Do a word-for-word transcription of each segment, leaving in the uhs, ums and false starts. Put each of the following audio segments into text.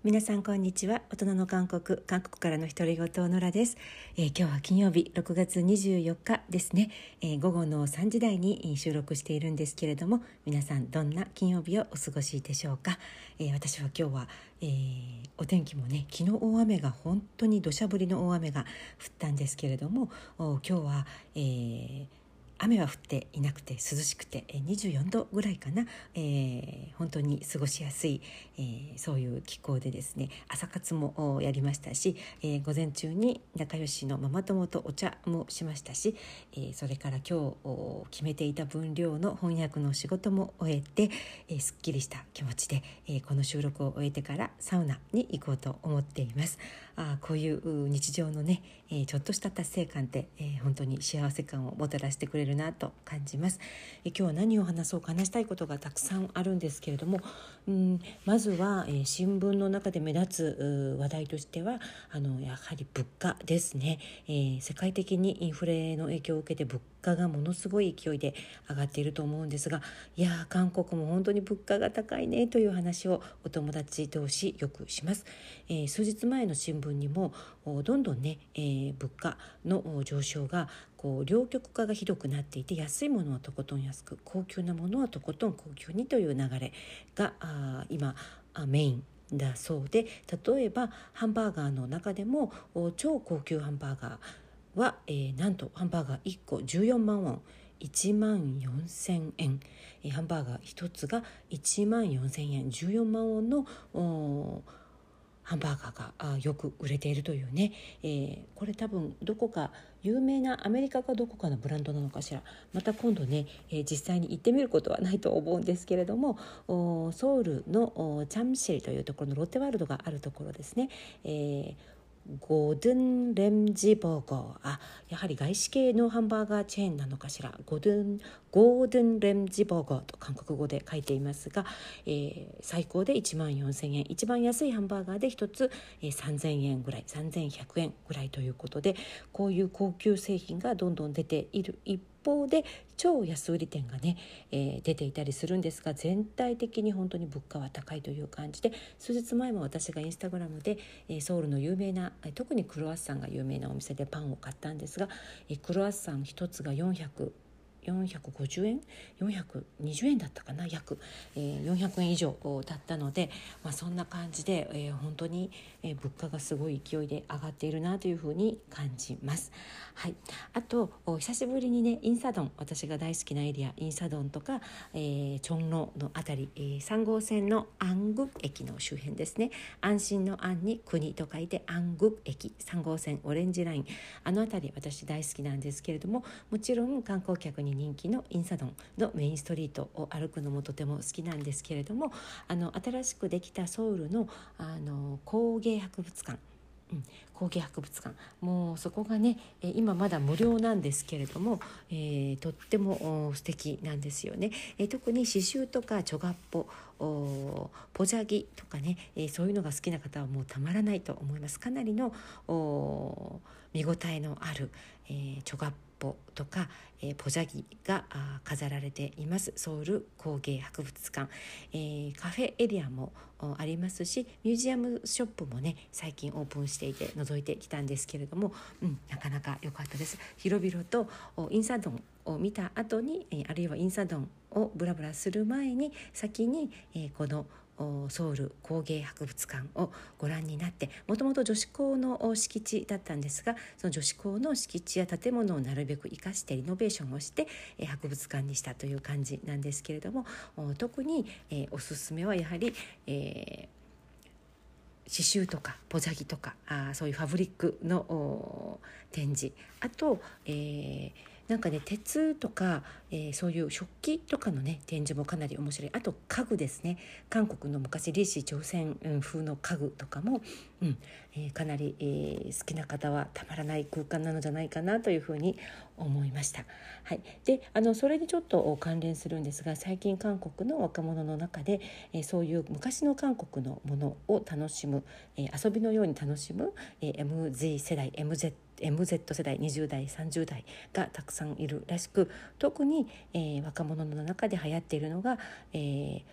皆さんこんにちは。大人の韓国韓国からの独り言のらです、えー、今日は金曜日ろくがつにじゅうよっかですね、えー、午後のさんじ台に収録しているんですけれども、皆さんどんな金曜日をお過ごしでしょうか。えー、私は今日は、えー、お天気もね、昨日大雨が本当に土砂降りの大雨が降ったんですけれども、今日は、えー雨は降っていなくて涼しくてにじゅうよんどぐらいかな、えー、本当に過ごしやすい、えー、そういう気候でですね、朝活もやりましたし、えー、午前中に仲良しのママ友とお茶もしましたし、えー、それから今日決めていた分量の翻訳の仕事も終えて、えー、すっきりした気持ちで、えー、この収録を終えてからサウナに行こうと思っています。あこういう日常のね、えー、ちょっとした達成感って、えー、本当に幸せ感をもたらしてくれるなと感じます。え今日は何を話そうか、話したいことがたくさんあるんですけれども、うんまずは、えー、新聞の中で目立つ話題としてはあのやはり物価ですね、えー、世界的にインフレの影響を受けて物価がものすごい勢いで上がっていると思うんですが、いや韓国も本当に物価が高いねという話をお友達同士よくします。えー、数日前の新聞にもどんどんね、えー、物価の上昇がこう両極化がひどくなっていて、安いものはとことん安く、高級なものはとことん高級にという流れがあ今あメインだそうで、例えばハンバーガーの中でも超高級ハンバーガーは、えー、なんとハンバーガーいっこじゅうよんまんウォン、いちまんよんせんえん、えー、ハンバーガーひとつがいちまんよんせんえん、じゅうよんまんウォンのハンバーガーがよく売れているというね、えー、これ多分どこか有名なアメリカかどこかのブランドなのかしら。また今度ね、えー、実際に行ってみることはないと思うんですけれども、ソウルのチャムシルというところのロッテワールドがあるところですね、えーゴドゥンレムジバーガー、あやはり外資系のハンバーガーチェーンなのかしら。ゴドゥンゴードゥンレムジバーガーと韓国語で書いていますが、えー、最高でいちまんよんせんえん、一番安いハンバーガーでひとつ、えー、さんぜんえんぐらい、さんぜんひゃくえんぐらいということで、こういう高級製品がどんどん出ている一方一方で超安売り店がね、えー、出ていたりするんですが、全体的に本当に物価は高いという感じで、数日前も私がインスタグラムで、えー、ソウルの有名な、特にクロワッサンが有名なお店でパンを買ったんですが、えー、クロワッサン一つがよんひゃくよんひゃくごじゅうえんよんひゃくにじゅうえんだったかな、約、えー、よんひゃくえん以上だったので、まあ、そんな感じで、えー、本当に、えー、物価がすごい勢いで上がっているなというふうに感じます。はい、あと久しぶりにね、インサドン、私が大好きなエリアインサドンとか、えー、チョンロのあたり、えー、さん号線のアング駅の周辺ですね。安心の安に国と書いてアング駅、さん号線オレンジライン、あのあたり私大好きなんですけれども、もちろん観光客に人気のインサドンのメインストリートを歩くのもとても好きなんですけれども、あの新しくできたソウルの、あの工芸博物館、うん、工芸博物館、もうそこがね、今まだ無料なんですけれども、えー、とっても素敵なんですよね。えー、特に刺繍とかチョガッポ、ポジャギとかね、えー、そういうのが好きな方はもうたまらないと思います。かなりの見応えのある、えー、チョガッポとか、えー、ポジャギが飾られていますソウル工芸博物館、えー、カフェエリアもありますし、ミュージアムショップもね最近オープンしていて覗いてきたんですけれども、うん、なかなか良かったです。広々とインサドンを見た後に、あるいはインサドンをブラブラする前に先に、えー、このソウル工芸博物館をご覧になって、もともと女子校の敷地だったんですが、その女子校の敷地や建物をなるべく生かしてリノベーションをして博物館にしたという感じなんですけれども、特におすすめはやはり、えー、刺繍とかポジャギとか、あそういうファブリックの展示、あと、えーなんかね鉄とか、えー、そういう食器とかのね展示もかなり面白い。あと家具ですね。韓国の昔李氏朝鮮風の家具とかも、うんえー、かなり、えー、好きな方はたまらない空間なのじゃないかなというふうに思いました。はい、であのそれにちょっと関連するんですが、最近韓国の若者の中で、えー、そういう昔の韓国のものを楽しむ、えー、遊びのように楽しむ、えー、エムゼット 世代 エムゼットエムゼット 世代にじゅう代さんじゅう代がたくさんいるらしく、特に、えー、若者の中で流行っているのが、えー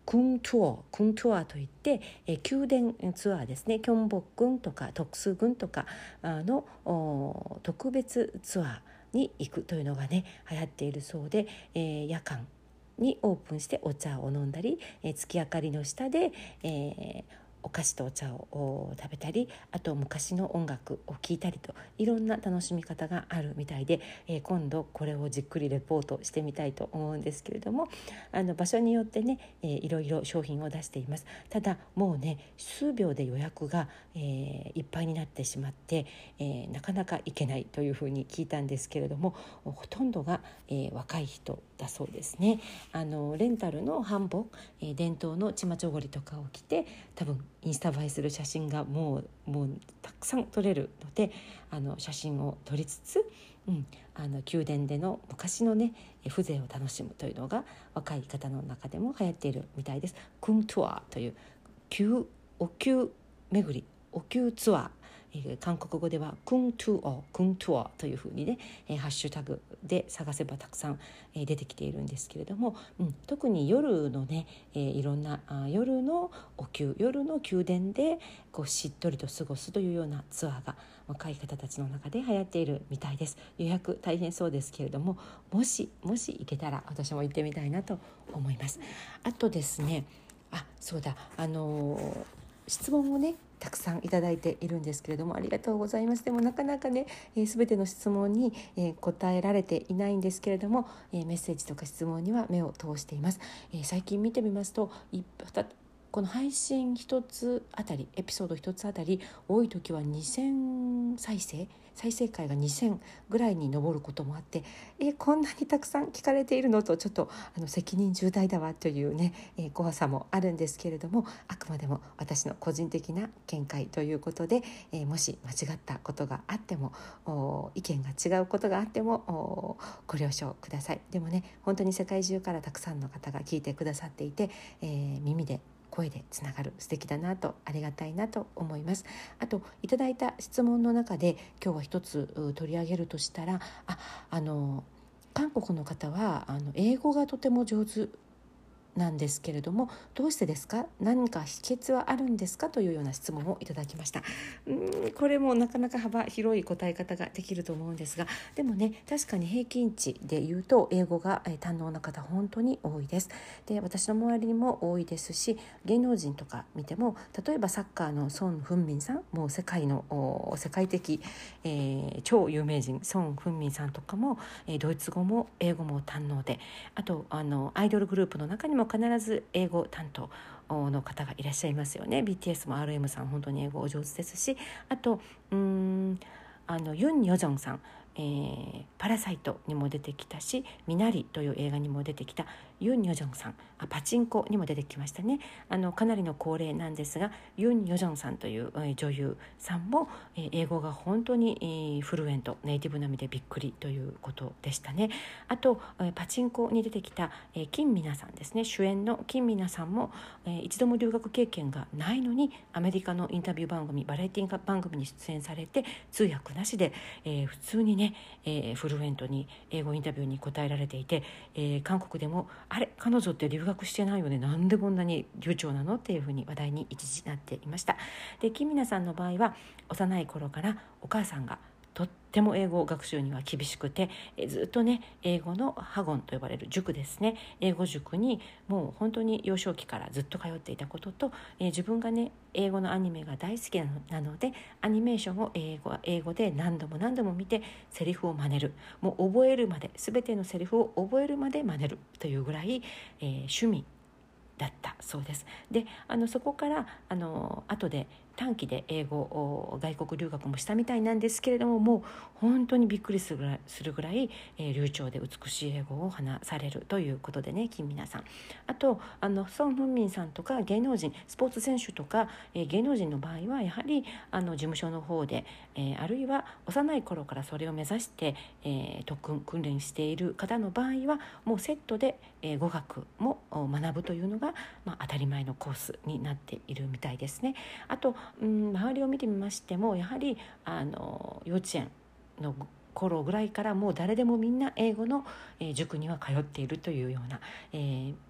クンツアークンツアーといって、えー、宮殿ツアーですね。キョンボッ郡とか特殊郡とかの特別ツアーに行くというのがね流行っているそうで、えー、夜間にオープンしてお茶を飲んだり、えー、月明かりの下で、えーお菓子とお茶を食べたり、あと昔の音楽を聴いたりといろんな楽しみ方があるみたいで、えー、今度これをじっくりレポートしてみたいと思うんですけれども、あの場所によってね、えー、いろいろ商品を出しています。ただもうね数秒で予約が、えー、いっぱいになってしまって、えー、なかなか行けないというふうに聞いたんですけれども、ほとんどが、えー、若い人だそうですね。あのレンタルのハンボ、えー、伝統のチマチョゴリとかを着て、多分インスタ映えする写真がもう、もうたくさん撮れるので、あの写真を撮りつつ、うん、あの宮殿での昔のね風情を楽しむというのが若い方の中でも流行っているみたいです。クントゥアという宮お宮巡りお宮ツアー、えー、韓国語ではクントゥオクントゥアというふうにね、えー、ハッシュタグで探せばたくさん、えー、出てきているんですけれども、うん、特に夜のね、えー、いろんなあ夜のお宮夜の宮殿でこうしっとりと過ごすというようなツアーが若い方たちの中で流行っているみたいです。予約大変そうですけれども、もしもし行けたら私も行ってみたいなと思います。あとですね、あそうだあのー、質問をねたくさんいただいているんですけれども、ありがとうございます。でもなかなかね、えー、全ての質問に、えー、答えられていないんですけれども、えー、メッセージとか質問には目を通しています。えー、最近見てみますといこの配信一つあたりエピソード一つあたり多い時はにせん再生再生回がにせんぐらいに上ることもあって、えこんなにたくさん聞かれているのとちょっとあの責任重大だわというね、えー、怖さもあるんですけれども、あくまでも私の個人的な見解ということで、えー、もし間違ったことがあっても意見が違うことがあってもご了承ください。でもね本当に世界中からたくさんの方が聞いてくださっていて、えー、耳で声でつながる素敵だなとありがたいなと思います。あといただいた質問の中で今日は一つ取り上げるとしたら、ああの韓国の方はあの英語がとても上手なんですけれども、どうしてですか、何か秘訣はあるんですかというような質問をいただきました。うーんこれもなかなか幅広い答え方ができると思うんですが、でもね確かに平均値で言うと英語が、えー、堪能な方本当に多いです。で私の周りにも多いですし、芸能人とか見ても例えばサッカーのソン・フンミンさん、もう世界の世界的、えー、超有名人ソン・フンミンさんとかも、えー、ドイツ語も英語も堪能で、あとあのアイドルグループの中にも必ず英語担当の方がいらっしゃいますよね。 ビーティーエス も アールエム さん本当に英語お上手ですし、あとうーんあのユン・ヨジョンさん、えー、パラサイトにも出てきたし、ミナリという映画にも出てきたユン・ヨジョンさん、あパチンコにも出てきましたね。あのかなりの高齢なんですが、ユン・ヨジョンさんという、えー、女優さんも、えー、英語が本当に、えー、フルエントネイティブ並みでびっくりということでしたね。あと、えー、パチンコに出てきた、えー、金美奈さんですね、主演の金美奈さんも、えー、一度も留学経験がないのにアメリカのインタビュー番組バラエティ番組に出演されて、通訳なしで、えー、普通にね、えー、フルエントに英語インタビューに答えられていて、えー、韓国でもあれ彼女って留学してないよね、なんでこんなに流暢なのっていうふうに話題に一時なっていました。で金美奈さんの場合は幼い頃からお母さんがとっても英語学習には厳しくて、えずっとね英語のハゴンと呼ばれる塾ですね、英語塾にもう本当に幼少期からずっと通っていたことと、え自分がね英語のアニメが大好きなのでアニメーションを英語英語で何度も何度も見てセリフを真似る、もう覚えるまで全てのセリフを覚えるまで真似るというぐらい、えー、趣味だったそうです。であのそこからあの後で短期で英語外国留学もしたみたいなんですけれども、もう本当にびっくりするぐらい、するぐらい、えー、流暢で美しい英語を話されるということでね、金美奈さん、あとあのソン・フンミンさんとか芸能人スポーツ選手とか、えー、芸能人の場合はやはりあの事務所の方で、えー、あるいは幼い頃からそれを目指して、えー、特訓訓練している方の場合はもうセットで、えー、語学も学ぶというのが、まあ、当たり前のコースになっているみたいですね。あとうん、周りを見てみましてもやはりあの幼稚園の頃ぐらいからもう誰でもみんな英語の、えー、塾には通っているというような、えー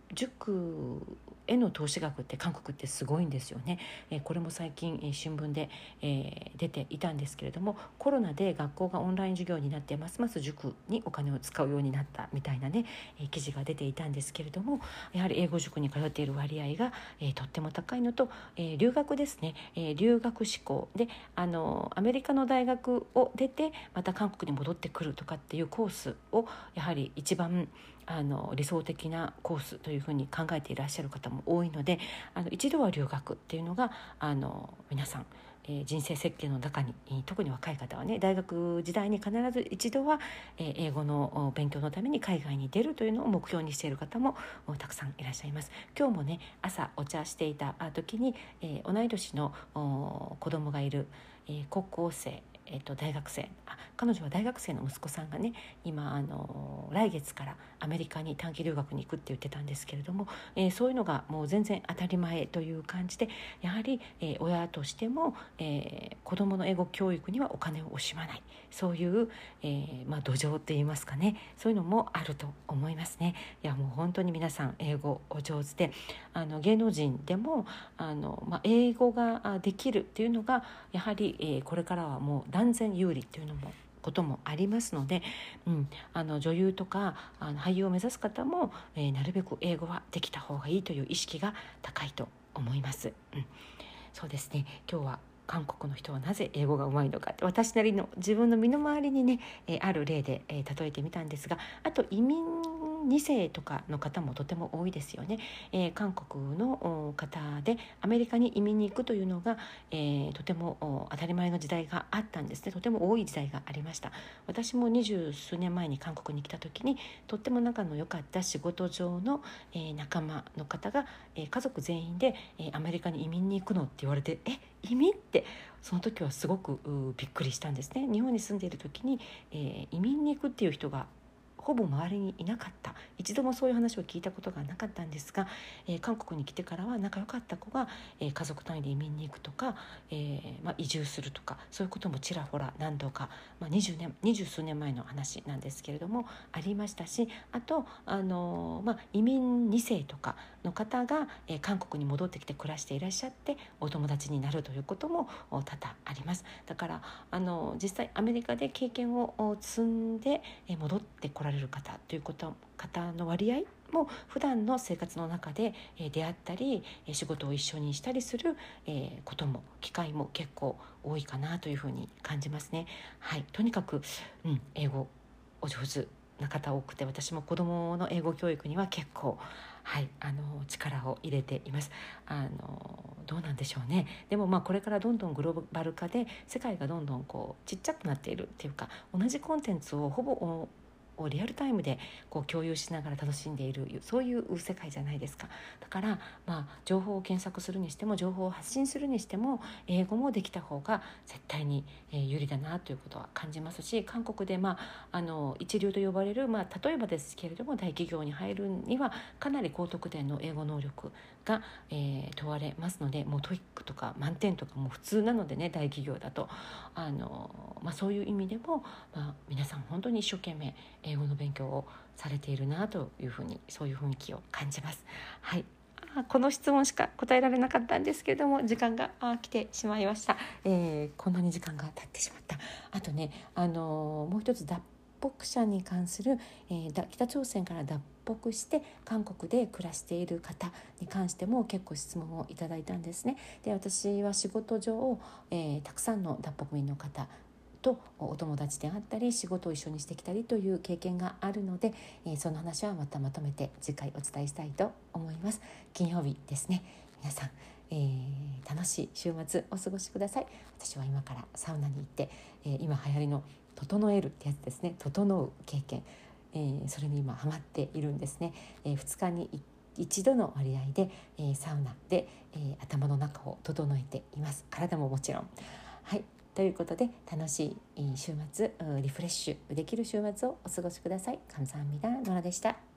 塾への投資額って韓国ってすごいんですよね。えー、これも最近、えー、新聞で、えー、出ていたんですけれども、コロナで学校がオンライン授業になってますます塾にお金を使うようになったみたいなね、えー、記事が出ていたんですけれども、やはり英語塾に通っている割合が、えー、とっても高いのと、えー、留学ですね、えー、留学志向であのアメリカの大学を出てまた韓国に戻ってくるとかっていうコースをやはり一番あの理想的なコースというふうに考えていらっしゃる方も多いので、あの一度は留学っていうのがあの皆さん、えー、人生設計の中に、特に若い方はね、大学時代に必ず一度は、えー、英語の勉強のために海外に出るというのを目標にしている方もたくさんいらっしゃいます。今日もね、朝お茶していた時に、えー、同い年の子供がいる、えー、高校生えー、と大学生あ彼女は大学生の息子さんがね、今あの来月からアメリカに短期留学に行くって言ってたんですけれども、えー、そういうのがもう全然当たり前という感じで、やはり、えー、親としても、えー、子どもの英語教育にはお金を惜しまない、そういう、えーまあ、土壌っていいますかね、そういうのもあると思いますね。いやもう本当に皆さん英語お上手で、あの芸能人でもあの、まあ、英語ができるっていうのがやはり、えー、これからはもう断然有利っていうのもこともありますので、うん、あの女優とかあの俳優を目指す方も、えー、なるべく英語はできた方がいいという意識が高いと思います。うん、そうですね、今日は韓国の人はなぜ英語がうまいのかって私なりの自分の身の回りにね、えー、ある例で、えー、例えてみたんですが、あと移民に世とかの方もとても多いですよね。えー、韓国の方でアメリカに移民に行くというのが、えー、とても当たり前の時代があったんですね。とても多い時代がありました。私も二十数年前に韓国に来た時にとっても仲の良かった仕事上の、えー、仲間の方が、えー、家族全員で、えー、アメリカに移民に行くのって言われて、え移民ってその時はすごくびっくりしたんですね。日本に住んでいる時に、えー、移民に行くっていう人がほぼ周りにいなかった、一度もそういう話を聞いたことがなかったんですが、えー、韓国に来てからは仲良かった子が、えー、家族単位で移民に行くとか、えーまあ、移住するとか、そういうこともちらほら何度か、まあ、20年二十数年前の話なんですけれどもありましたし、あと、あのーまあ、移民に世とかの方が、えー、韓国に戻ってきて暮らしていらっしゃってお友達になるということも多々あります。だから、あのー、実際アメリカで経験を積んで、えー、戻ってこられる方ということ方の割合も普段の生活の中で出会ったり仕事を一緒にしたりすることも機会も結構多いかなというふうに感じますね。はい、とにかく、うん、英語お上手な方多くて、私も子どもの英語教育には結構、はい、あの力を入れています。あのどうなんでしょうね。でもまあこれからどんどんグローバル化で世界がどんどんこうちっちゃくなっているっていうか、同じコンテンツをほぼをリアルタイムでこう共有しながら楽しんでいる、そういう世界じゃないですか。だから、まあ、情報を検索するにしても情報を発信するにしても英語もできた方が絶対に有利だなということは感じますし、韓国で、まあ、あの一流と呼ばれる、まあ、例えばですけれども大企業に入るにはかなり高得点の英語能力が、えー、問われますので、もうトイックとか満点とかも普通なのでね、大企業だとあの、まあ、そういう意味でも、まあ、皆さん本当に一生懸命英語の勉強をされているなというふうに、そういう雰囲気を感じます。はい、この質問しか答えられなかったんですけれども時間が来てしまいました。えー、こんなに時間が経ってしまった。あとね、あのー、もう一つ脱北者に関する、えー、北朝鮮から脱北して韓国で暮らしている方に関しても結構質問をいただいたんですね。で、私は仕事上、えー、たくさんの脱北民の方とお友達であったり仕事を一緒にしてきたりという経験があるので、えー、その話はまたまとめて次回お伝えしたいと思います。金曜日ですね。皆さん、えー、楽しい週末お過ごしください。私は今からサウナに行って、えー、今流行りの整えるってやつですね、整う経験、えー、それに今ハマっているんですね。えー、ふつかに一度の割合で、えー、サウナで、えー、頭の中を整えています。体ももちろん。はい、ということで楽しい週末、リフレッシュできる週末をお過ごしください。감사합니다。ノラでした。